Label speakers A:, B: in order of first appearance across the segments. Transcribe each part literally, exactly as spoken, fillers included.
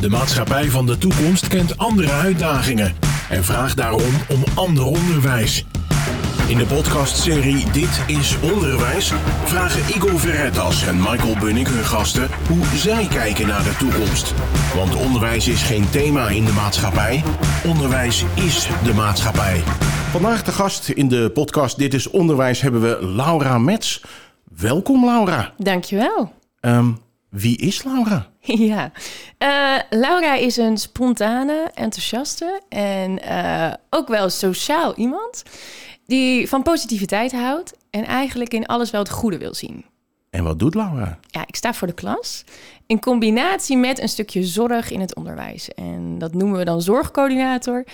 A: De maatschappij van de toekomst kent andere uitdagingen en vraagt daarom om ander onderwijs. In de podcastserie Dit is Onderwijs vragen Igor Verretas en Michael Bunnik hun gasten hoe zij kijken naar de toekomst. Want onderwijs is geen thema in de maatschappij, onderwijs is de maatschappij. Vandaag de gast in de podcast Dit is Onderwijs hebben we Laura Metz. Welkom Laura.
B: Dankjewel.
A: Um, wie is Laura?
B: Ja, uh, Laura is een spontane, enthousiaste en uh, ook wel sociaal iemand die van positiviteit houdt en eigenlijk in alles wel het goede wil zien.
A: En wat doet Laura?
B: Ja, ik sta voor de klas in combinatie met een stukje zorg in het onderwijs. En dat noemen we dan zorgcoördinator.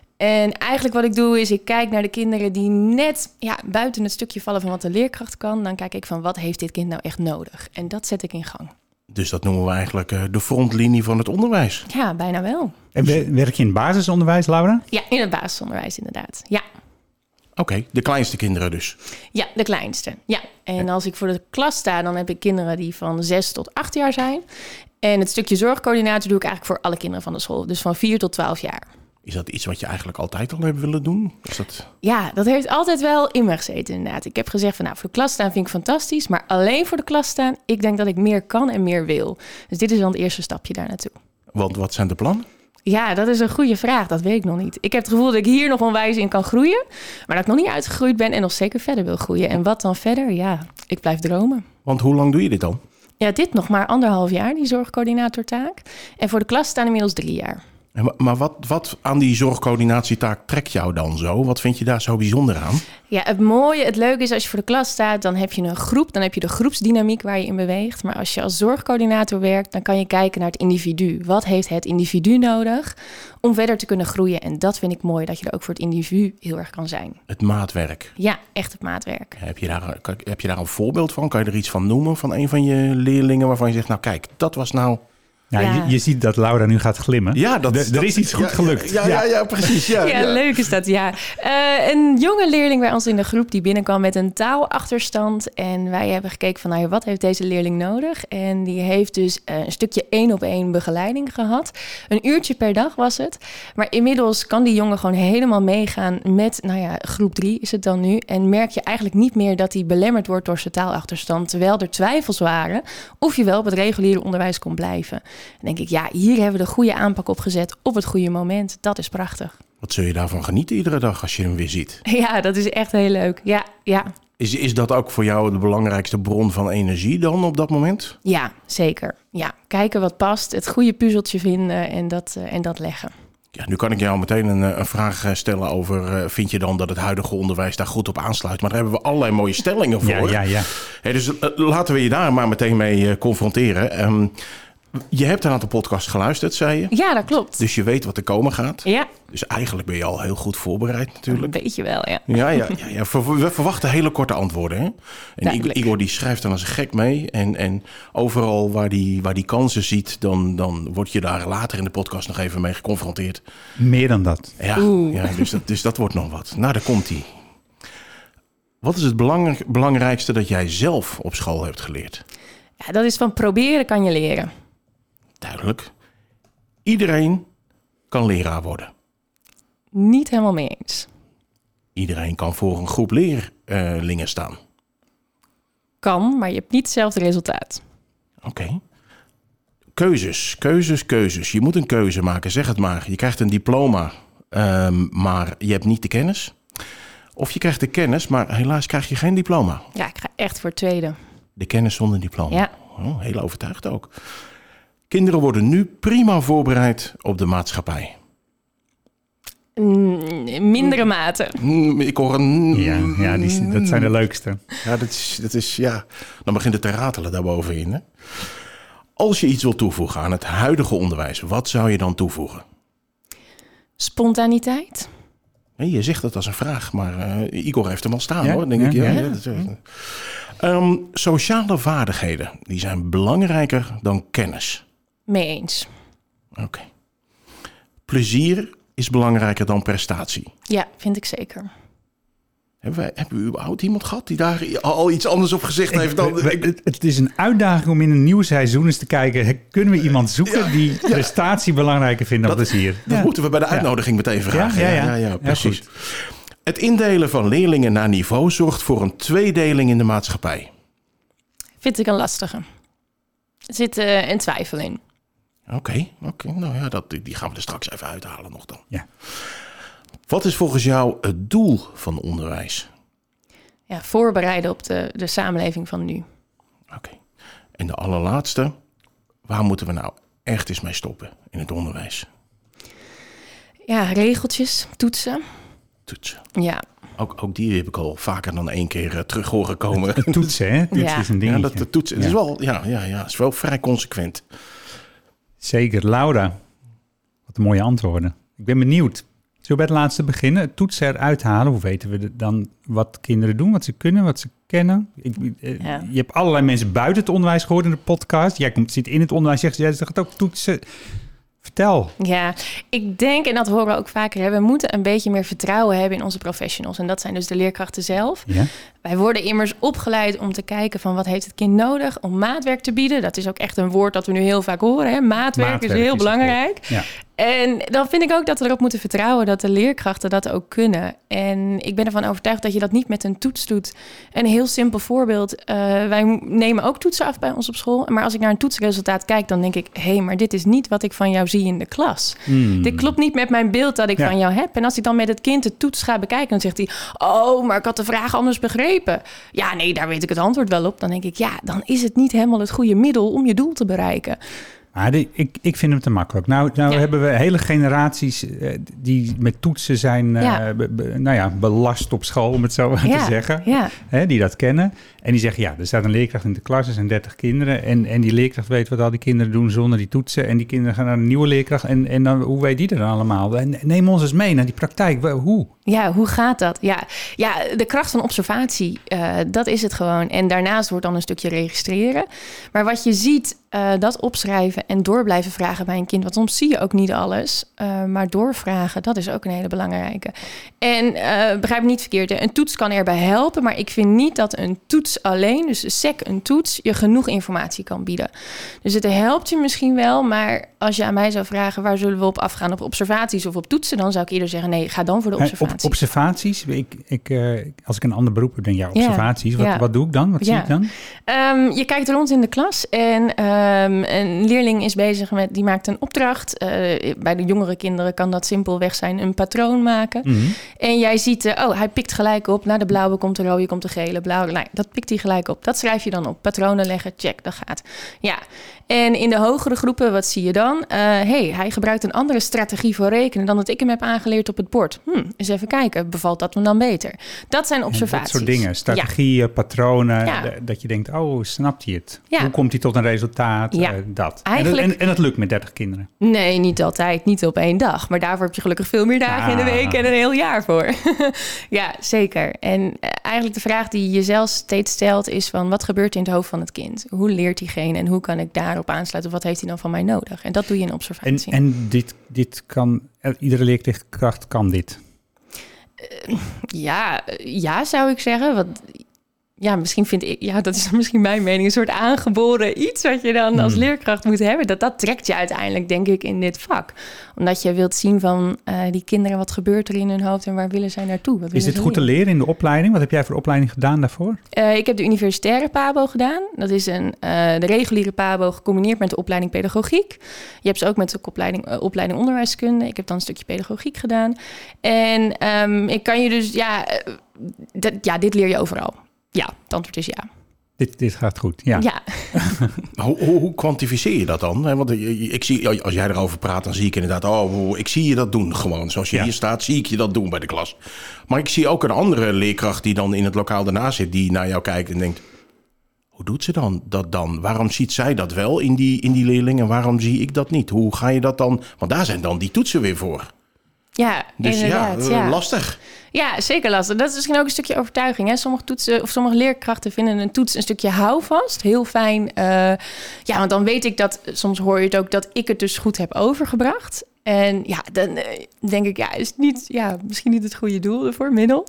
B: En eigenlijk wat ik doe is, ik kijk naar de kinderen die net ja, buiten het stukje vallen van wat de leerkracht kan. Dan kijk ik van, wat heeft dit kind nou echt nodig? En dat zet ik in gang.
A: Dus dat noemen we eigenlijk uh, de frontlinie van het onderwijs.
B: Ja, bijna wel.
C: En werk je in het basisonderwijs, Laura?
B: Ja, in het basisonderwijs inderdaad, ja.
A: Oké, okay, de kleinste kinderen dus?
B: Ja, de kleinste, ja. En als ik voor de klas sta, dan heb ik kinderen die van zes tot acht jaar zijn. En het stukje zorgcoördinator doe ik eigenlijk voor alle kinderen van de school. Dus van vier tot twaalf jaar.
A: Is dat iets wat je eigenlijk altijd al hebt willen doen? Is dat...
B: Ja, dat heeft altijd wel in me gezeten inderdaad. Ik heb gezegd van nou, voor de klas staan vind ik fantastisch. Maar alleen voor de klas staan, ik denk dat ik meer kan en meer wil. Dus dit is dan het eerste stapje daar naartoe.
A: Want wat zijn de plannen?
B: Ja, dat is een goede vraag. Dat weet ik nog niet. Ik heb het gevoel dat ik hier nog onwijs in kan groeien. Maar dat ik nog niet uitgegroeid ben en nog zeker verder wil groeien. En wat dan verder? Ja, ik blijf dromen.
A: Want hoe lang doe je dit dan?
B: Ja, dit nog maar anderhalf jaar, die zorgcoördinatortaak. En voor de klas staan inmiddels drie jaar.
A: Maar wat, wat aan die zorgcoördinatietaak trekt jou dan zo? Wat vind je daar zo bijzonder aan?
B: Ja, het mooie, het leuke is als je voor de klas staat, dan heb je een groep. Dan heb je de groepsdynamiek waar je in beweegt. Maar als je als zorgcoördinator werkt, dan kan je kijken naar het individu. Wat heeft het individu nodig om verder te kunnen groeien? En dat vind ik mooi, dat je er ook voor het individu heel erg kan zijn.
A: Het maatwerk.
B: Ja, echt het maatwerk.
A: Heb je daar, heb je daar een voorbeeld van? Kan je er iets van noemen van een van je leerlingen waarvan je zegt, nou kijk, dat was nou...
C: Ja, ja. Je, je ziet dat Laura nu gaat glimmen.
A: Ja, dat,
C: de,
A: dat
C: er is iets goed
A: ja,
C: gelukt.
A: Ja, ja, ja, ja precies. Ja,
B: ja,
A: ja,
B: leuk is dat, ja. Uh, een jonge leerling bij ons in de groep die binnenkwam met een taalachterstand. En wij hebben gekeken van, nou, wat heeft deze leerling nodig? En die heeft dus uh, een stukje één op één begeleiding gehad. Een uurtje per dag was het. Maar inmiddels kan die jongen gewoon helemaal meegaan met, nou ja, groep drie is het dan nu. En merk je eigenlijk niet meer dat hij belemmerd wordt door zijn taalachterstand. Terwijl er twijfels waren of je wel op het reguliere onderwijs kon blijven. Dan denk ik, ja, hier hebben we de goede aanpak op gezet op het goede moment. Dat is prachtig.
A: Wat zul je daarvan genieten iedere dag als je hem weer ziet?
B: Ja, dat is echt heel leuk. Ja, ja.
A: Is, is dat ook voor jou de belangrijkste bron van energie dan op dat moment?
B: Ja, zeker. Ja, kijken wat past, het goede puzzeltje vinden en dat, uh, en dat leggen.
A: Ja, nu kan ik jou meteen een, een vraag stellen over... Uh, vind je dan dat het huidige onderwijs daar goed op aansluit? Maar daar hebben we allerlei mooie stellingen voor.
C: Ja, ja, ja.
A: Hey, dus uh, laten we je daar maar meteen mee uh, confronteren. Um, Je hebt een aantal podcasts geluisterd, zei je?
B: Ja, dat klopt.
A: Dus je weet wat er komen gaat?
B: Ja.
A: Dus eigenlijk ben je al heel goed voorbereid natuurlijk.
B: Een beetje wel, ja.
A: Ja, ja, ja, ja. We verwachten hele korte antwoorden. Hè? En Igor, Igor die schrijft dan als een gek mee. En, en overal waar die, waar die kansen ziet, dan, dan word je daar later in de podcast nog even mee geconfronteerd.
C: Meer dan dat.
A: Ja, ja dus, dat, dus dat wordt nog wat. Nou, daar komt hij. Wat is het belang, belangrijkste dat jij zelf op school hebt geleerd?
B: Ja, dat is van proberen kan je leren.
A: Duidelijk. Iedereen kan leraar worden.
B: Niet helemaal mee eens.
A: Iedereen kan voor een groep leerlingen staan.
B: Kan, maar je hebt niet hetzelfde resultaat.
A: Oké. Okay. Keuzes, keuzes, keuzes. Je moet een keuze maken, zeg het maar. Je krijgt een diploma, um, maar je hebt niet de kennis. Of je krijgt de kennis, maar helaas krijg je geen diploma.
B: Ja, ik ga echt voor het tweede.
A: De kennis zonder diploma.
B: Ja.
A: Oh, heel overtuigd ook. Kinderen worden nu prima voorbereid op de maatschappij.
B: Mm, mindere mate.
A: Mm, ik hoor een...
C: Ja, ja die, dat zijn de leukste.
A: Ja, dat is, dat is, ja, dan begint het te ratelen daarbovenin. Hè? Als je iets wil toevoegen aan het huidige onderwijs, wat zou je dan toevoegen?
B: Spontaniteit.
A: Nee, je zegt dat als een vraag, maar uh, Igor heeft hem al staan,
C: ja?
A: hoor. Denk
C: ja,
A: ik, ja,
C: ja.
A: Ja, dat, uh, um, sociale vaardigheden, die zijn belangrijker dan kennis.
B: Mee eens.
A: Oké. Okay. Plezier is belangrijker dan prestatie.
B: Ja, vind ik zeker.
D: Hebben, wij, hebben we überhaupt iemand gehad die daar al iets anders op gezegd heeft dan...
C: Ik, ik, het is een uitdaging om in een nieuw seizoen eens te kijken. Kunnen we iemand zoeken ja, die ja. prestatie belangrijker vindt dan plezier?
D: Dat ja. moeten we bij de uitnodiging ja. meteen vragen. Ja, ja, ja. ja, ja, ja precies. Ja, het indelen van leerlingen naar niveau zorgt voor een tweedeling in de maatschappij.
B: Vind ik een lastige. Er zit uh, een twijfel in.
D: Oké, okay, okay. nou ja, dat, die gaan we er straks even uithalen nog dan.
C: Ja.
D: Wat is volgens jou het doel van onderwijs?
B: Ja, voorbereiden op de, de samenleving van nu.
D: Oké. Okay. En de allerlaatste, waar moeten we nou echt eens mee stoppen in het onderwijs?
B: Ja, regeltjes, toetsen.
D: Toetsen.
B: Ja.
D: Ook, ook die heb ik al vaker dan één keer uh, terug horen komen.
C: Toetsen, hè? Toetsen
B: ja.
C: is een dingetje.
D: Ja, dat, de toetsen. Ja. Het is wel, ja, ja, ja, het is wel vrij consequent.
C: Zeker. Laura, wat een mooie antwoorden. Ik ben benieuwd. Zullen we bij het laatste beginnen? Het toetsen eruit halen. Hoe weten we dan wat kinderen doen, wat ze kunnen, wat ze kennen? Ik, ja. Je hebt allerlei mensen buiten het onderwijs gehoord in de podcast. Jij komt, zit in het onderwijs, zegt jij zegt ook toetsen. Vertel.
B: Ja, ik denk, en dat horen we ook vaker, hè, we moeten een beetje meer vertrouwen hebben in onze professionals. En dat zijn dus de leerkrachten zelf.
C: Ja.
B: Wij worden immers opgeleid om te kijken van wat heeft het kind nodig om maatwerk te bieden. Dat is ook echt een woord dat we nu heel vaak horen. Hè? Maatwerk, maatwerk is heel is belangrijk. Ja. En dan vind ik ook dat we erop moeten vertrouwen dat de leerkrachten dat ook kunnen. En ik ben ervan overtuigd dat je dat niet met een toets doet. Een heel simpel voorbeeld. Uh, wij nemen ook toetsen af bij ons op school. Maar als ik naar een toetsresultaat kijk, dan denk ik, hé, hey, maar dit is niet wat ik van jou zie in de klas. Hmm. Dit klopt niet met mijn beeld dat ik ja. van jou heb. En als ik dan met het kind de toets ga bekijken, dan zegt hij, oh, maar ik had de vraag anders begrepen. Ja, nee, daar weet ik het antwoord wel op. Dan denk ik, ja, dan is het niet helemaal het goede middel om je doel te bereiken.
C: Maar die, ik, ik vind hem te makkelijk. Nou, nou ja. hebben we hele generaties uh, die met toetsen zijn uh, ja. Be, be, nou ja, belast op school, om het zo ja. te zeggen.
B: Ja.
C: Hè, die dat kennen. En die zeggen, ja, er staat een leerkracht in de klas, er zijn dertig kinderen. En, en die leerkracht weet wat al die kinderen doen zonder die toetsen. En die kinderen gaan naar een nieuwe leerkracht. En, en dan, hoe weet die er dan allemaal? En neem ons eens mee naar die praktijk. Hoe?
B: Ja, hoe gaat dat? Ja, ja de kracht van observatie, uh, dat is het gewoon. En daarnaast wordt dan een stukje registreren. Maar wat je ziet, uh, dat opschrijven en door blijven vragen bij een kind. Want soms zie je ook niet alles. Uh, maar doorvragen, dat is ook een hele belangrijke. En uh, begrijp me niet verkeerd, hè? Een toets kan erbij helpen. Maar ik vind niet dat een toets alleen, dus een sec een toets, je genoeg informatie kan bieden. Dus het helpt je misschien wel. Maar als je aan mij zou vragen, waar zullen we op afgaan? Op observaties of op toetsen? Dan zou ik eerder zeggen, nee, ga dan voor de observatie.
C: Op observaties? Ik, ik, uh, als ik een ander beroep heb, denk ja, observaties. Ja, wat, ja. wat doe ik dan? Wat ja. zie ik dan?
B: Um, je kijkt rond in de klas en um, een leerling is bezig met, die maakt een opdracht. Uh, bij de jongere kinderen kan dat simpelweg zijn een patroon maken. Mm-hmm. En jij ziet, uh, oh, hij pikt gelijk op. Naar de blauwe komt de rode, komt de gele, blauwe. Nou, dat pikt hij gelijk op. Dat schrijf je dan op. Patronen leggen, check, dat gaat. Ja. En in de hogere groepen, wat zie je dan? Uh, hey, hij gebruikt een andere strategie voor rekenen dan dat ik hem heb aangeleerd op het bord. Hm, eens even kijken, bevalt dat me dan beter? Dat zijn observaties.
C: En dat soort dingen, strategieën, ja. patronen, ja. d- dat je denkt, oh, snapt hij het? Ja. Hoe komt hij tot een resultaat? Ja. Uh, dat. Eigenlijk... En, en, en dat lukt met dertig kinderen?
B: Nee, niet altijd, niet op één dag. Maar daarvoor heb je gelukkig veel meer dagen ah. in de week en een heel jaar voor. Ja, zeker. En uh, eigenlijk de vraag die je jezelf steeds stelt is van, wat gebeurt er in het hoofd van het kind? Hoe leert diegene en hoe kan ik daarop aansluiten? Of wat heeft hij dan van mij nodig? En dat doe je in observatie.
C: En, en dit, dit kan, iedere leerkracht kan dit?
B: Uh, ja, ja, zou ik zeggen. Want ja, misschien vind ik, ja, dat is misschien mijn mening, een soort aangeboren iets wat je dan als leerkracht moet hebben. Dat, dat trekt je uiteindelijk, denk ik, in dit vak. Omdat je wilt zien van uh, die kinderen, wat gebeurt er in hun hoofd en waar willen zij naartoe? Wat
C: is dit goed leren? te leren in de opleiding? Wat heb jij voor opleiding gedaan daarvoor?
B: Uh, ik heb de universitaire PABO gedaan. Dat is een, uh, de reguliere PABO gecombineerd met de opleiding pedagogiek. Je hebt ze ook met de opleiding, uh, opleiding onderwijskunde. Ik heb dan een stukje pedagogiek gedaan. En um, ik kan je dus, ja, uh, d- ja, dit leer je overal. Ja, het antwoord is ja.
C: Dit, dit gaat goed, ja.
B: ja.
D: hoe, hoe, hoe kwantificeer je dat dan? Want ik zie, als jij erover praat, dan zie ik inderdaad, oh, ik zie je dat doen gewoon. Zoals je ja. hier staat, zie ik je dat doen bij de klas. Maar ik zie ook een andere leerkracht die dan in het lokaal daarnaast zit, die naar jou kijkt en denkt, hoe doet ze dan dat dan? Waarom ziet zij dat wel in die, in die leerling en waarom zie ik dat niet? Hoe ga je dat dan? Want daar zijn dan die toetsen weer voor.
B: Ja,
D: dus
B: inderdaad.
D: ja,
B: ja,
D: lastig.
B: Ja, zeker lastig. Dat is misschien ook een stukje overtuiging. Hè? Sommige toetsen of sommige leerkrachten vinden een toets een stukje houvast. Heel fijn. Uh, ja, want dan weet ik dat, soms hoor je het ook, dat ik het dus goed heb overgebracht. En ja, dan uh, denk ik, ja, is niet, ja, misschien niet het goede doel ervoor, middel.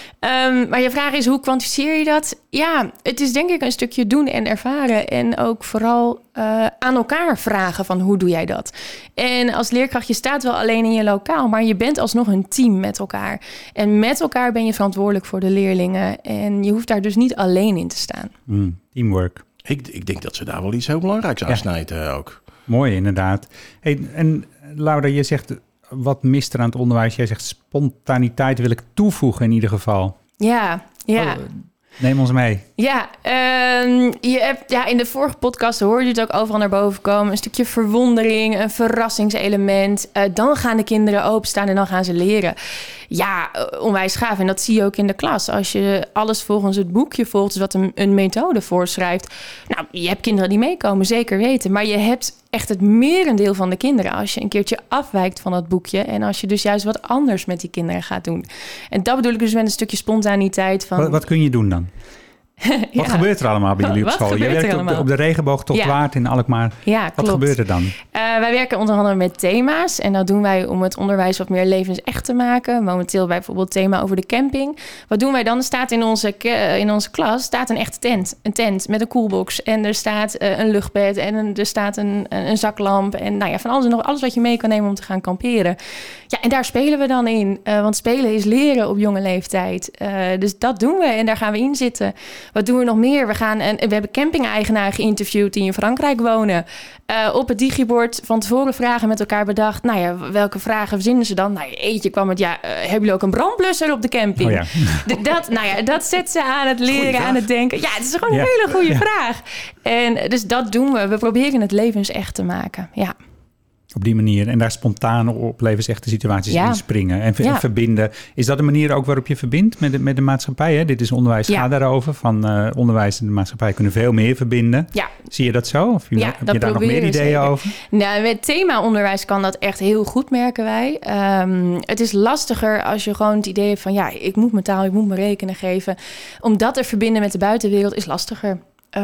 B: Um, maar je vraag is, hoe kwantificeer je dat? Ja, het is denk ik een stukje doen en ervaren. En ook vooral uh, aan elkaar vragen van, hoe doe jij dat? En als leerkracht, je staat wel alleen in je lokaal, maar je bent alsnog een team met elkaar. En met elkaar ben je verantwoordelijk voor de leerlingen. En je hoeft daar dus niet alleen in te staan.
C: Mm, teamwork.
D: Ik, ik denk dat ze daar wel iets heel belangrijks aan ja. snijden ook.
C: Mooi, inderdaad. Hey, en Laura, je zegt, wat mist er aan het onderwijs? Jij zegt, spontaniteit wil ik toevoegen in ieder geval.
B: Ja, ja.
C: Oh, neem ons mee.
B: Ja, um, je hebt, ja, in de vorige podcast hoorde je het ook overal naar boven komen. Een stukje verwondering, een verrassingselement. Uh, dan gaan de kinderen openstaan en dan gaan ze leren. Ja, onwijs gaaf. En dat zie je ook in de klas. Als je alles volgens het boekje volgt, dus wat een, een methode voorschrijft. Nou, je hebt kinderen die meekomen, zeker weten. Maar je hebt echt het merendeel van de kinderen als je een keertje afwijkt van dat boekje. En als je dus juist wat anders met die kinderen gaat doen. En dat bedoel ik dus met een stukje spontaniteit. Van...
C: Wat, wat kun je doen dan? ja. Wat gebeurt er allemaal bij jullie op school? Je werkt op de, op de Regenboogtocht ja. Waard in Alkmaar.
B: Ja,
C: wat
B: klopt.
C: gebeurt er dan? Uh,
B: wij werken onder andere met thema's. En dat doen wij om het onderwijs wat meer levensecht te maken. Momenteel bijvoorbeeld thema over de camping. Wat doen wij dan? Er staat in onze, in onze klas staat een echte tent. Een tent met een koelbox. En er staat uh, een luchtbed. En een, er staat een, een zaklamp. En nou ja, van alles en nog alles wat je mee kan nemen om te gaan kamperen. Ja, en daar spelen we dan in. Uh, want spelen is leren op jonge leeftijd. Uh, dus dat doen we en daar gaan we in zitten. Wat doen we nog meer? We, gaan en we hebben camping-eigenaren geïnterviewd die in Frankrijk wonen. Uh, op het digibord van tevoren vragen met elkaar bedacht. Nou ja, welke vragen verzinnen ze dan? Nou, eentje kwam het, ja, uh, hebben jullie ook een brandblusser op de camping? Oh ja. D- dat, nou ja, dat zet ze aan het leren, aan het denken. Ja, het is gewoon een ja. hele goede ja. vraag. En dus dat doen we. We proberen het levensecht te maken, ja.
C: Op die manier. En daar spontaan op levensechte situaties ja. in springen en, ja. en verbinden. Is dat de manier ook waarop je verbindt met de, met de maatschappij? Hè? Dit is onderwijs, ja. gaat daarover. Van uh, onderwijs en de maatschappij kunnen veel meer verbinden. Ja. Zie je dat zo? Of je,
B: ja,
C: heb
B: dat
C: je daar nog meer ideeën
B: zeker.
C: over?
B: Nou, met thema onderwijs kan dat echt heel goed, merken wij. Um, het is lastiger als je gewoon het idee hebt van... ja, ik moet mijn taal, ik moet mijn rekenen geven. Om dat te verbinden met de buitenwereld is lastiger.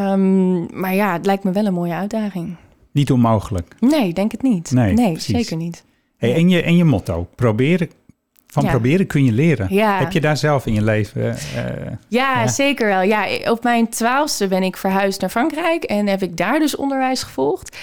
B: Um, maar ja, het lijkt me wel een mooie uitdaging.
C: Niet onmogelijk?
B: Nee, denk het niet. Nee, nee zeker niet.
C: Hey, en, je, en je motto, proberen. Van ja. proberen kun je leren. Ja. Heb je daar zelf in je leven? Uh,
B: ja, ja, zeker wel. Ja, op mijn twaalfste ben ik verhuisd naar Frankrijk... en heb ik daar dus onderwijs gevolgd.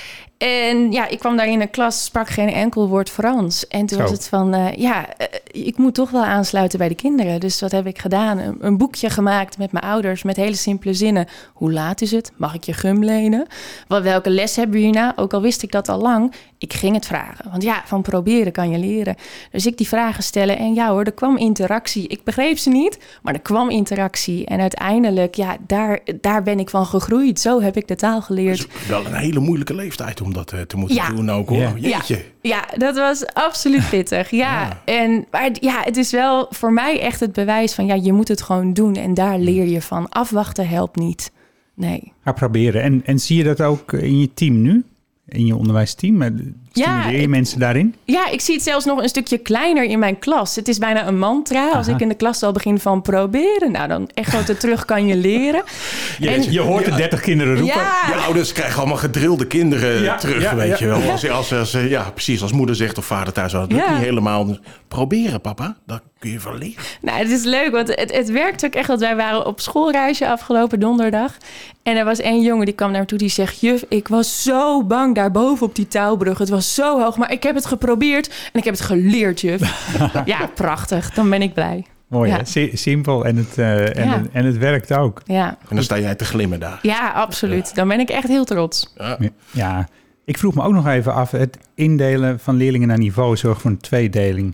B: En ja, ik kwam daar in een klas, sprak geen enkel woord Frans. En toen Zo. was het van, uh, ja, uh, ik moet toch wel aansluiten bij de kinderen. Dus wat heb ik gedaan? Een, een boekje gemaakt met mijn ouders met hele simpele zinnen. Hoe laat is het? Mag ik je gum lenen? Wat, welke les hebben we hierna? Ook al wist ik dat al lang, ik ging het vragen. Want ja, van proberen kan je leren. Dus ik die vragen stellen en ja hoor, er kwam interactie. Ik begreep ze niet, maar er kwam interactie. En uiteindelijk, ja, daar, daar ben ik van gegroeid. Zo heb ik de taal geleerd.
D: Dat is wel een hele moeilijke leeftijd om dat uh, te moeten ja. doen ook hoor. Ja. Jeetje.
B: Ja. ja, dat was absoluut pittig. Ja, ja. En, maar ja, het is wel voor mij echt het bewijs van... ja, je moet het gewoon doen en daar leer je van. Afwachten helpt niet. Nee.
C: Ga proberen. En, en zie je dat ook in je team nu? In je onderwijsteam? Stimuleer je ja, mensen daarin?
B: Ja, ik zie het zelfs nog een stukje kleiner in mijn klas. Het is bijna een mantra. Aha. Als ik in de klas al begin van proberen... nou, dan echo terug kan je leren.
C: Je, en, je hoort de dertig kinderen roepen.
B: Ja.
D: Je ouders krijgen allemaal gedrilde kinderen ja, terug, ja, weet ja, je wel. Ja. Als, als, als, ja, precies, als moeder zegt of vader thuis... dat lukt ja. niet helemaal. Proberen, papa, dat kun je van leren.
B: Nou, het is leuk, want het, het werkt ook echt. Want wij waren op schoolreisje afgelopen donderdag... en er was één jongen die kwam naar me toe die zegt... juf, ik was zo bang daarboven op die touwbrug. Het was zo hoog, maar ik heb het geprobeerd en ik heb het geleerd, juf. Ja, prachtig. Dan ben ik blij.
C: Mooi,
B: ja.
C: hè? Simpel en het, uh, en, ja. en het werkt ook.
B: Ja.
D: En dan sta jij te glimmen daar.
B: Ja, absoluut. Ja. Dan ben ik echt heel trots.
C: Ja. ja, ik vroeg me ook nog even af... het indelen van leerlingen naar niveau zorgt voor een tweedeling.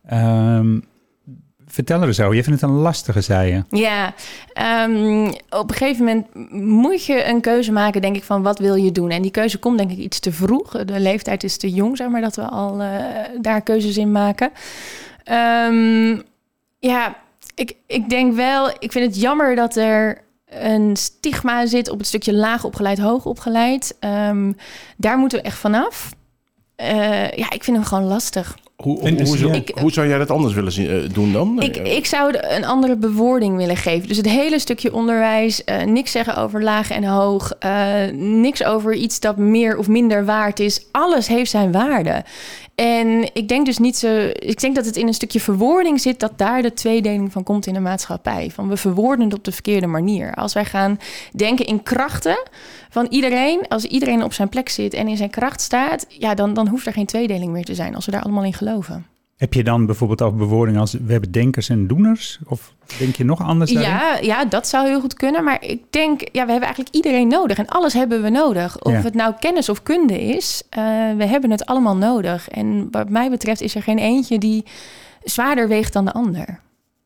C: Um, Vertel er zo. Je vindt het een lastige, zei je.
B: Ja, um, op een gegeven moment moet je een keuze maken, denk ik, van wat wil je doen? En die keuze komt denk ik iets te vroeg. De leeftijd is te jong, zeg maar, dat we al uh, daar keuzes in maken. Um, ja, ik, ik denk wel, ik vind het jammer dat er een stigma zit op het stukje laag opgeleid, hoog opgeleid. Um, daar moeten we echt vanaf. Uh, ja, ik vind hem gewoon lastig.
D: Hoe,
C: En
D: hoe,
C: dus,
D: hoe, zou,
B: ik-
D: hoe zou jij dat anders willen zien, uh, doen dan?
B: Ik, ik zou de- een andere bewoording willen geven. Dus het hele stukje onderwijs, uh, niks zeggen over laag en hoog, uh, niks over iets dat meer of minder waard is. Alles heeft zijn waarde. En ik denk dus niet zo. Ik denk dat het in een stukje verwoording zit dat daar de tweedeling van komt in de maatschappij. Van we verwoorden het op de verkeerde manier. Als wij gaan denken in krachten van iedereen, als iedereen op zijn plek zit en in zijn kracht staat, ja, dan, dan hoeft er geen tweedeling meer te zijn als we daar allemaal in geloven.
C: Heb je dan bijvoorbeeld over bewoordingen als we hebben denkers en doeners? Of denk je nog anders daarin?
B: Ja, ja, dat zou heel goed kunnen. Maar ik denk, ja, we hebben eigenlijk iedereen nodig. En alles hebben we nodig. Of
C: Ja.
B: het nou kennis of kunde is, uh, we hebben het allemaal nodig. En wat mij betreft is er geen eentje die zwaarder weegt dan de ander.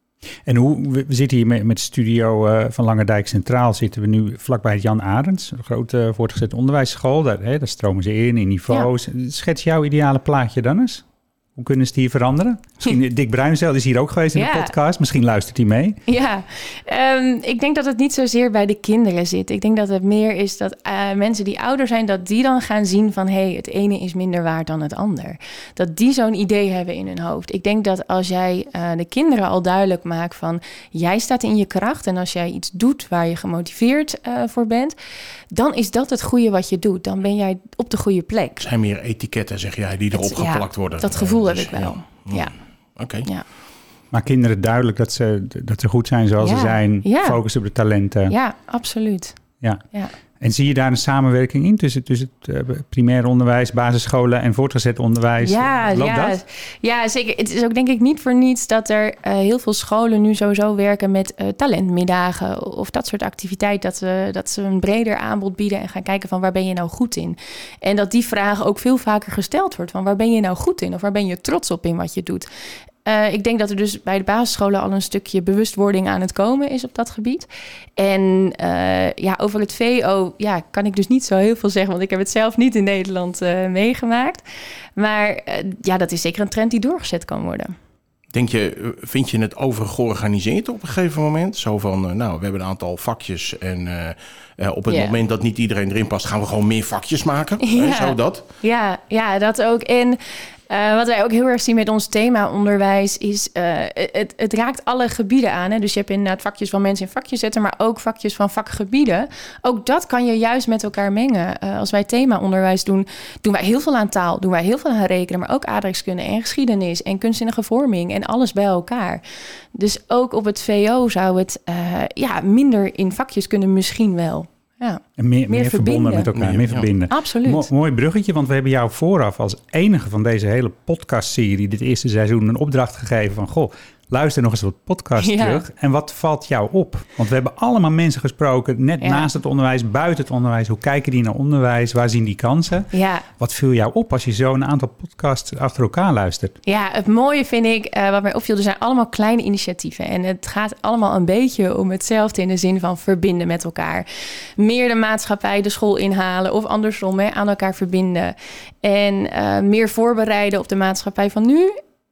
C: En hoe, we we zitten hier met, met de studio uh, van Langendijk Centraal, zitten we nu vlakbij het Jan Arends, een grote uh, voortgezet onderwijsschool. Daar, hè, daar stromen ze in, in niveaus. Ja. Schets jouw ideale plaatje dan eens? Hoe kunnen ze het hier veranderen? Misschien Dick Bruinzeel is hier ook geweest in
B: Ja.
C: de podcast. Misschien luistert hij mee.
B: Ja, um, ik denk dat het niet zozeer bij de kinderen zit. Ik denk dat het meer is dat uh, mensen die ouder zijn, dat die dan gaan zien van, hé, hey, het ene is minder waard dan het ander. Dat die zo'n idee hebben in hun hoofd. Ik denk dat als jij uh, de kinderen al duidelijk maakt van, jij staat in je kracht en als jij iets doet waar je gemotiveerd uh, voor bent, dan is dat het goede wat je doet. Dan ben jij op de goede plek.
D: Er zijn meer etiketten, zeg jij, die erop
B: Het,
D: geplakt
B: ja,
D: worden.
B: Dat gevoel
D: Uh,
B: heb
D: dus,
B: ik wel.
D: Ja.
B: Ja.
D: Oké. Okay.
B: Ja.
C: Maar kinderen duidelijk dat ze, dat ze goed zijn zoals
B: Ja.
C: ze zijn.
B: Ja.
C: Focussen op de talenten.
B: Ja, absoluut.
C: Ja.
B: Ja.
C: En zie je daar een samenwerking in tussen, tussen het uh, primair onderwijs, basisscholen en voortgezet onderwijs?
B: Ja,
C: Loopt
B: ja,
C: dat?
B: ja, zeker. Het is ook denk ik niet voor niets dat er uh, heel veel scholen nu sowieso werken met uh, talentmiddagen of dat soort activiteiten. Dat, we, dat ze een breder aanbod bieden en gaan kijken van waar ben je nou goed in? En dat die vraag ook veel vaker gesteld wordt van waar ben je nou goed in? Of waar ben je trots op in wat je doet? Uh, ik denk dat er dus bij de basisscholen al een stukje bewustwording aan het komen is op dat gebied. En uh, ja, over het V O ja, kan ik dus niet zo heel veel zeggen, want ik heb het zelf niet in Nederland uh, meegemaakt. Maar uh, ja, dat is zeker een trend die doorgezet kan worden.
D: Denk je, vind je het overgeorganiseerd op een gegeven moment? Zo van, uh, nou, we hebben een aantal vakjes en uh, uh, op het yeah. moment dat niet iedereen erin past, gaan we gewoon meer vakjes maken?
B: Ja.
D: Hè, zo dat?
B: Ja, ja, dat ook. En Uh, wat wij ook heel erg zien met ons thema onderwijs is, uh, het, het raakt alle gebieden aan. Hè? Dus je hebt inderdaad vakjes van mensen in vakjes zetten, maar ook vakjes van vakgebieden. Ook dat kan je juist met elkaar mengen. Uh, als wij thema onderwijs doen, doen wij heel veel aan taal, doen wij heel veel aan rekenen, maar ook aardrijkskunde en geschiedenis en kunstzinnige vorming en alles bij elkaar. Dus ook op het V O zou het uh, ja, minder in vakjes kunnen misschien wel. Ja.
C: En meer, meer, meer verbonden met elkaar,
D: meer,
C: meer
D: ja.
C: verbinden.
B: Absoluut.
C: Mo- mooi bruggetje, want we hebben jou vooraf als enige van deze hele podcastserie, dit eerste seizoen, een opdracht gegeven van, goh, luister nog eens wat podcast
B: ja.
C: terug. En wat valt jou op? Want we hebben allemaal mensen gesproken, net
B: ja.
C: naast het onderwijs, buiten het onderwijs. Hoe kijken die naar onderwijs? Waar zien die kansen?
B: Ja.
C: Wat viel jou op als je zo een aantal podcasts achter elkaar luistert?
B: Ja, het mooie vind ik, uh, wat mij opviel, er zijn allemaal kleine initiatieven. En het gaat allemaal een beetje om hetzelfde in de zin van verbinden met elkaar. Meer de maatschappij de school inhalen of andersom, hè, aan elkaar verbinden. En uh, meer voorbereiden op de maatschappij van nu.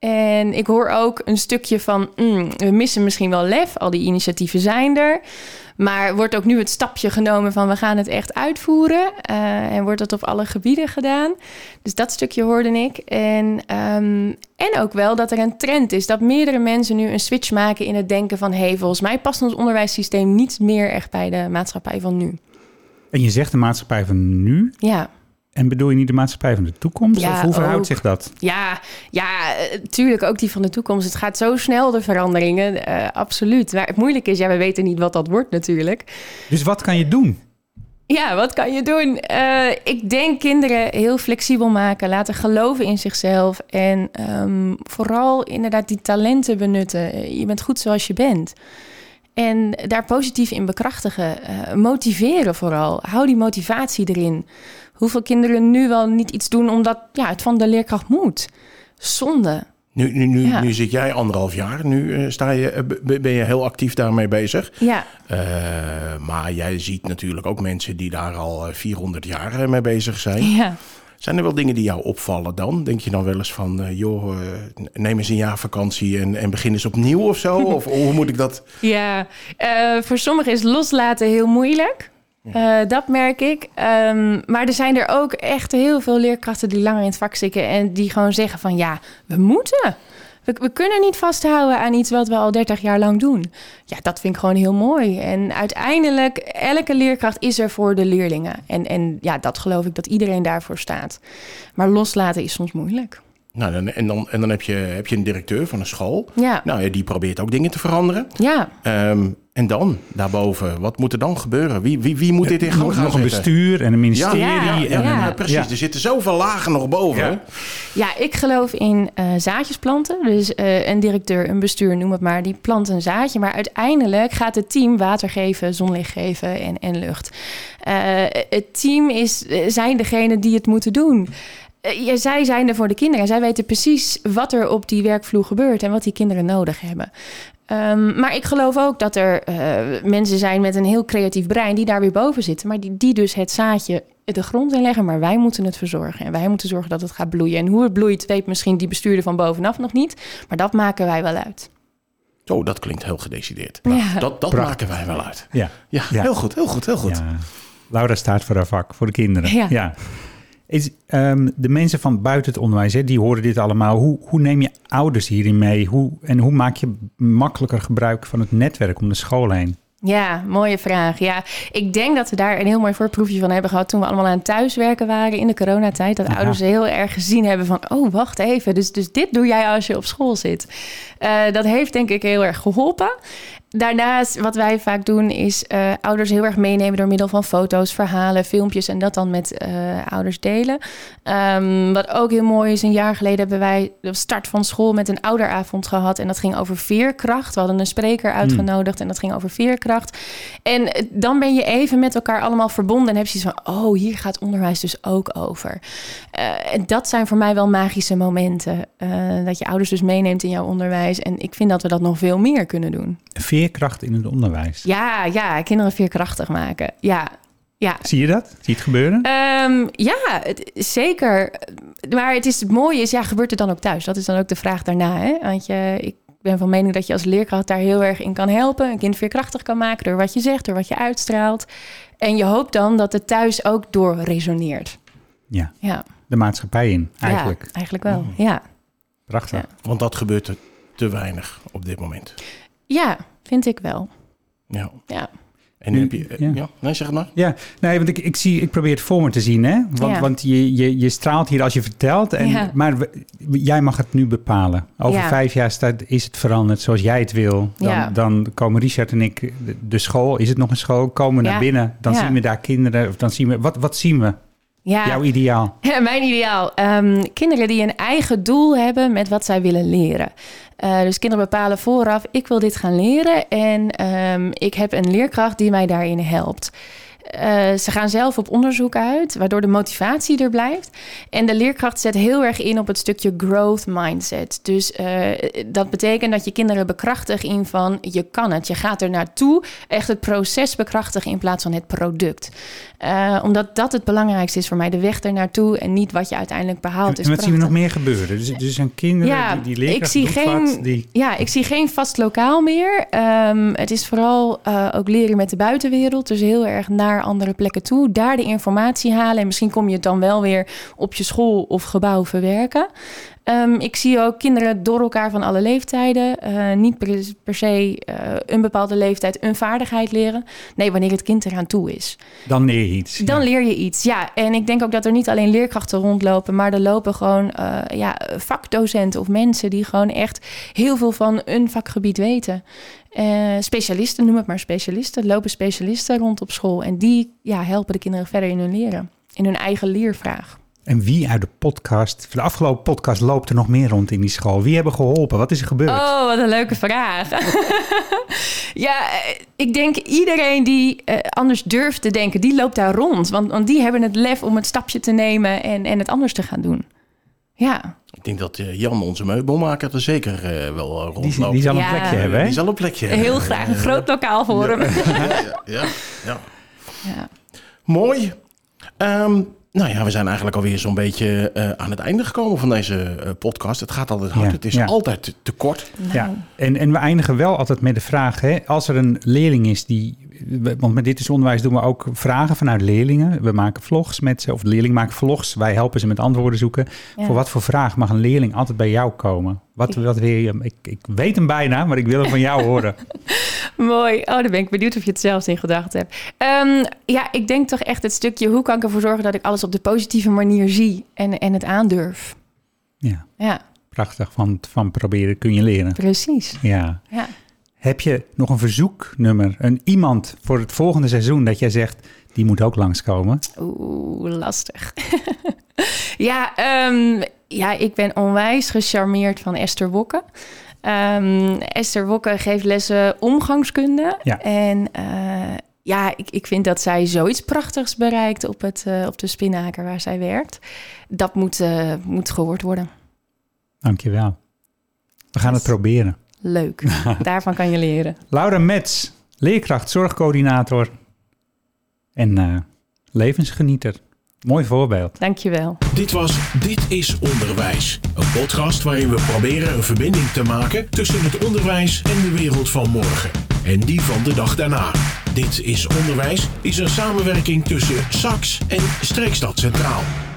B: En ik hoor ook een stukje van, mm, we missen misschien wel lef. Al die initiatieven zijn er. Maar wordt ook nu het stapje genomen van we gaan het echt uitvoeren. Uh, en wordt dat op alle gebieden gedaan. Dus dat stukje hoorde ik. En, um, en ook wel dat er een trend is. Dat meerdere mensen nu een switch maken in het denken van, hey, volgens mij past ons onderwijssysteem niet meer echt bij de maatschappij van nu.
C: En je zegt de maatschappij van nu?
B: Ja.
C: En bedoel je niet de maatschappij van de toekomst?
B: Ja,
C: of hoe verhoudt
B: ook.
C: zich dat?
B: Ja, ja, tuurlijk ook die van de toekomst. Het gaat zo snel, de veranderingen. Uh, absoluut. Maar het moeilijke is, ja, we weten niet wat dat wordt natuurlijk.
C: Dus wat kan je doen?
B: Ja, wat kan je doen? Uh, ik denk kinderen heel flexibel maken. Laten geloven in zichzelf. En um, vooral inderdaad die talenten benutten. Je bent goed zoals je bent. En daar positief in bekrachtigen. Uh, motiveren vooral. Hou die motivatie erin. Hoeveel kinderen nu wel niet iets doen omdat ja, het van de leerkracht moet. Zonde.
D: Nu, nu, nu,
B: ja.
D: nu zit jij anderhalf jaar. Nu uh, sta je, uh, ben je heel actief daarmee bezig.
B: Ja.
D: Uh, maar jij ziet natuurlijk ook mensen die daar al vierhonderd jaar mee bezig zijn.
B: Ja.
D: Zijn er wel dingen die jou opvallen dan? Denk je dan wel eens van, uh, joh, uh, neem eens een jaarvakantie en, en begin eens opnieuw of zo? Of hoe moet ik dat?
B: Ja, uh, voor sommigen is loslaten heel moeilijk. Uh, dat merk ik. Um, maar er zijn er ook echt heel veel leerkrachten die langer in het vak zitten en die gewoon zeggen van ja, we moeten. We, we kunnen niet vasthouden aan iets wat we al dertig jaar lang doen. Ja, dat vind ik gewoon heel mooi. En uiteindelijk, elke leerkracht is er voor de leerlingen. En, en ja, dat geloof ik dat iedereen daarvoor staat. Maar loslaten is soms moeilijk.
D: Nou, en dan, en dan heb, je, heb je een directeur van een school.
B: Ja.
D: Nou, die probeert ook dingen te veranderen.
B: Ja.
D: Um, en dan, daarboven, wat moet er dan gebeuren? Wie, wie, wie moet dit in gang
C: nog,
D: gaan
C: nog een
D: zetten?
C: bestuur en een ministerie.
D: Ja, ja, ja,
C: en,
B: ja.
D: ja precies.
C: Ja.
D: Er zitten zoveel lagen nog boven.
C: Ja.
B: Ja, ik geloof in uh, zaadjes planten. Dus uh, een directeur, een bestuur, noem het maar, die plant een zaadje. Maar uiteindelijk gaat het team water geven, zonlicht geven en, en lucht. Uh, het team is, zijn degene die het moeten doen. Ja, zij zijn er voor de kinderen. Zij weten precies wat er op die werkvloer gebeurt en wat die kinderen nodig hebben. Um, maar ik geloof ook dat er uh, mensen zijn met een heel creatief brein die daar weer boven zitten. Maar die, die dus het zaadje de grond inleggen. Maar wij moeten het verzorgen. En wij moeten zorgen dat het gaat bloeien. En hoe het bloeit weet misschien die bestuurder van bovenaf nog niet. Maar dat maken wij wel uit.
D: Oh, dat klinkt heel gedecideerd.
B: Ja.
D: Dat, dat maken wij wel uit.
C: Ja.
D: Ja,
C: Ja.
D: heel goed, heel goed, heel goed.
C: Ja. Laura staat voor haar vak, voor de kinderen.
B: Ja.
C: ja. Is, um, de mensen van buiten het onderwijs, hè, die horen dit allemaal. Hoe, hoe neem je ouders hierin mee? Hoe, en hoe maak je makkelijker gebruik van het netwerk om de school heen?
B: Ja, mooie vraag. Ja, ik denk dat we daar een heel mooi voorproefje van hebben gehad toen we allemaal aan het thuiswerken waren in de coronatijd. Dat
C: Ja.
B: ouders heel erg gezien hebben van, oh, wacht even. Dus, dus dit doe jij als je op school zit. Uh, dat heeft denk ik heel erg geholpen. Daarnaast, wat wij vaak doen, is uh, ouders heel erg meenemen door middel van foto's, verhalen, filmpjes en dat dan met uh, ouders delen. Um, wat ook heel mooi is, een jaar geleden hebben wij de start van school met een ouderavond gehad. En dat ging over veerkracht. We hadden een spreker uitgenodigd en dat ging over veerkracht. En dan ben je even met elkaar allemaal verbonden en heb je zoiets van, oh, hier gaat onderwijs dus ook over. Uh, en dat zijn voor mij wel magische momenten. Uh, dat je ouders dus meeneemt in jouw onderwijs. En ik vind dat we dat nog veel meer kunnen doen.
C: Veerkracht in het onderwijs.
B: Ja, ja, kinderen veerkrachtig maken. Ja, ja.
C: Zie je dat? Zie je het gebeuren?
B: Um, ja, het, zeker. Maar het is het mooie is, ja, gebeurt het dan ook thuis? Dat is dan ook de vraag daarna. Hè? Want je, ik ben van mening dat je als leerkracht daar heel erg in kan helpen. Een kind veerkrachtig kan maken door wat je zegt, door wat je uitstraalt. En je hoopt dan dat het thuis ook door resoneert.
C: Ja,
B: ja.
C: De maatschappij in, eigenlijk.
B: Ja, eigenlijk wel, mm. ja.
C: Prachtig.
B: Ja.
D: Want dat gebeurt er te weinig op dit moment.
B: Ja, vind ik wel.
D: Ja.
B: Ja.
D: En nu heb je...
C: Ja.
D: Ja, nee, zeg het maar.
C: Ja, nee, want ik, ik, zie, ik probeer het voor me te zien, hè? Want,
B: Ja.
C: want je, je, je straalt hier als je vertelt. En,
B: Ja.
C: Maar we- jij mag het nu bepalen. Over
B: Ja.
C: vijf jaar staat, is het veranderd zoals jij het wil. Dan,
B: Ja.
C: dan komen Richard en ik, de, de school, is het nog een school? Komen we
B: Ja.
C: naar binnen, dan
B: Ja.
C: zien we daar kinderen. Of dan zien we, wat, wat zien we?
B: Ja.
C: Jouw ideaal.
B: Ja, mijn ideaal. Um, kinderen die een eigen doel hebben met wat zij willen leren. Uh, dus kinderen bepalen vooraf, ik wil dit gaan leren en um, ik heb een leerkracht die mij daarin helpt. Uh, ze gaan zelf op onderzoek uit, waardoor de motivatie er blijft. En de leerkracht zet heel erg in op het stukje growth mindset. Dus uh, dat betekent dat je kinderen bekrachtigt in van je kan het. Je gaat er naartoe, echt het proces bekrachtigen in plaats van het product. Uh, omdat dat het belangrijkste is voor mij, de weg er naartoe en niet wat je uiteindelijk behaalt.
C: En,
B: is
C: en wat zien we nog
B: prachtig.
C: meer gebeuren? Dus, dus zijn kinderen
B: Ja,
C: die, die leerkracht
B: ik zie
C: doet
B: geen-
C: wat, die...
B: Ja, ik zie geen vast lokaal meer. Um, het is vooral uh, ook leren met de buitenwereld. Dus heel erg naar andere plekken toe. Daar de informatie halen. En misschien kom je het dan wel weer op je school of gebouw verwerken. Um, ik zie ook kinderen door elkaar van alle leeftijden. Uh, niet per, per se uh, een bepaalde leeftijd een vaardigheid leren. Nee, wanneer het kind eraan toe is.
C: Dan leer je iets.
B: Dan
C: ja.
B: leer je iets, ja. En ik denk ook dat er niet alleen leerkrachten rondlopen, maar er lopen gewoon uh, ja, vakdocenten of mensen die gewoon echt heel veel van een vakgebied weten. Uh, specialisten, noem het maar specialisten, lopen specialisten rond op school. En die ja, helpen de kinderen verder in hun leren, in hun eigen leervraag.
C: En wie uit de podcast, voor de afgelopen podcast loopt er nog meer rond in die school? Wie hebben geholpen? Wat is er gebeurd?
B: Oh, wat een leuke vraag. Ja, ik denk iedereen die uh, anders durft te denken, die loopt daar rond. Want, want die hebben het lef om het stapje te nemen en, en het anders te gaan doen. Ja.
D: Ik denk dat uh, Jan, onze meubelmaker, er zeker uh, wel uh, rondloopt.
C: die, die zal een
B: Ja.
C: plekje hebben, hè?
D: Die zal een plekje hebben.
B: Heel graag een groot lokaal voor hem.
D: Ja, ja, ja.
B: Ja.
D: Mooi. Um, nou ja, we zijn eigenlijk alweer zo'n beetje uh, aan het einde gekomen van deze uh, podcast. Het gaat altijd hard.
C: Ja,
D: Het is
C: ja.
D: altijd te, te kort.
B: Nou,
C: Ja, en, en we eindigen wel altijd met de vraag, hè, als er een leerling is die want met Dit is Onderwijs doen we ook vragen vanuit leerlingen. We maken vlogs met ze, of de leerlingen maken vlogs. Wij helpen ze met antwoorden zoeken. Ja. Voor wat voor vraag mag een leerling altijd bij jou komen? Wat, wat wil je? Ik, ik weet hem bijna, maar ik wil hem van jou horen.
B: Mooi. Oh, dan ben ik benieuwd of je het zelfs in gedachten hebt. Um, ja, ik denk toch echt het stukje... hoe kan ik ervoor zorgen dat ik alles op de positieve manier zie en, en het aandurf?
C: Ja,
B: ja.
C: Prachtig. Van, van proberen kun je leren.
B: Precies.
C: Ja.
B: ja.
C: Heb je nog een verzoeknummer? Een iemand voor het volgende seizoen dat jij zegt... die moet ook langskomen?
B: Oeh, lastig. ja, um, ja, ik ben onwijs gecharmeerd van Esther Wokke. Um, Esther Wokke geeft lessen omgangskunde. Ja. En uh, ja, ik, ik vind dat zij zoiets prachtigs bereikt op, het, uh, op de Spinnaker waar zij werkt. Dat moet, uh, moet gehoord worden.
C: Dankjewel. We gaan het proberen.
B: Leuk. Daarvan kan je leren.
C: Laura Metz, leerkracht, zorgcoördinator en uh, levensgenieter. Mooi voorbeeld.
B: Dankjewel.
A: Dit was Dit is Onderwijs. Een podcast waarin we proberen een verbinding te maken tussen het onderwijs en de wereld van morgen. En die van de dag daarna. Dit is Onderwijs is een samenwerking tussen S A X en Streekstad Centraal.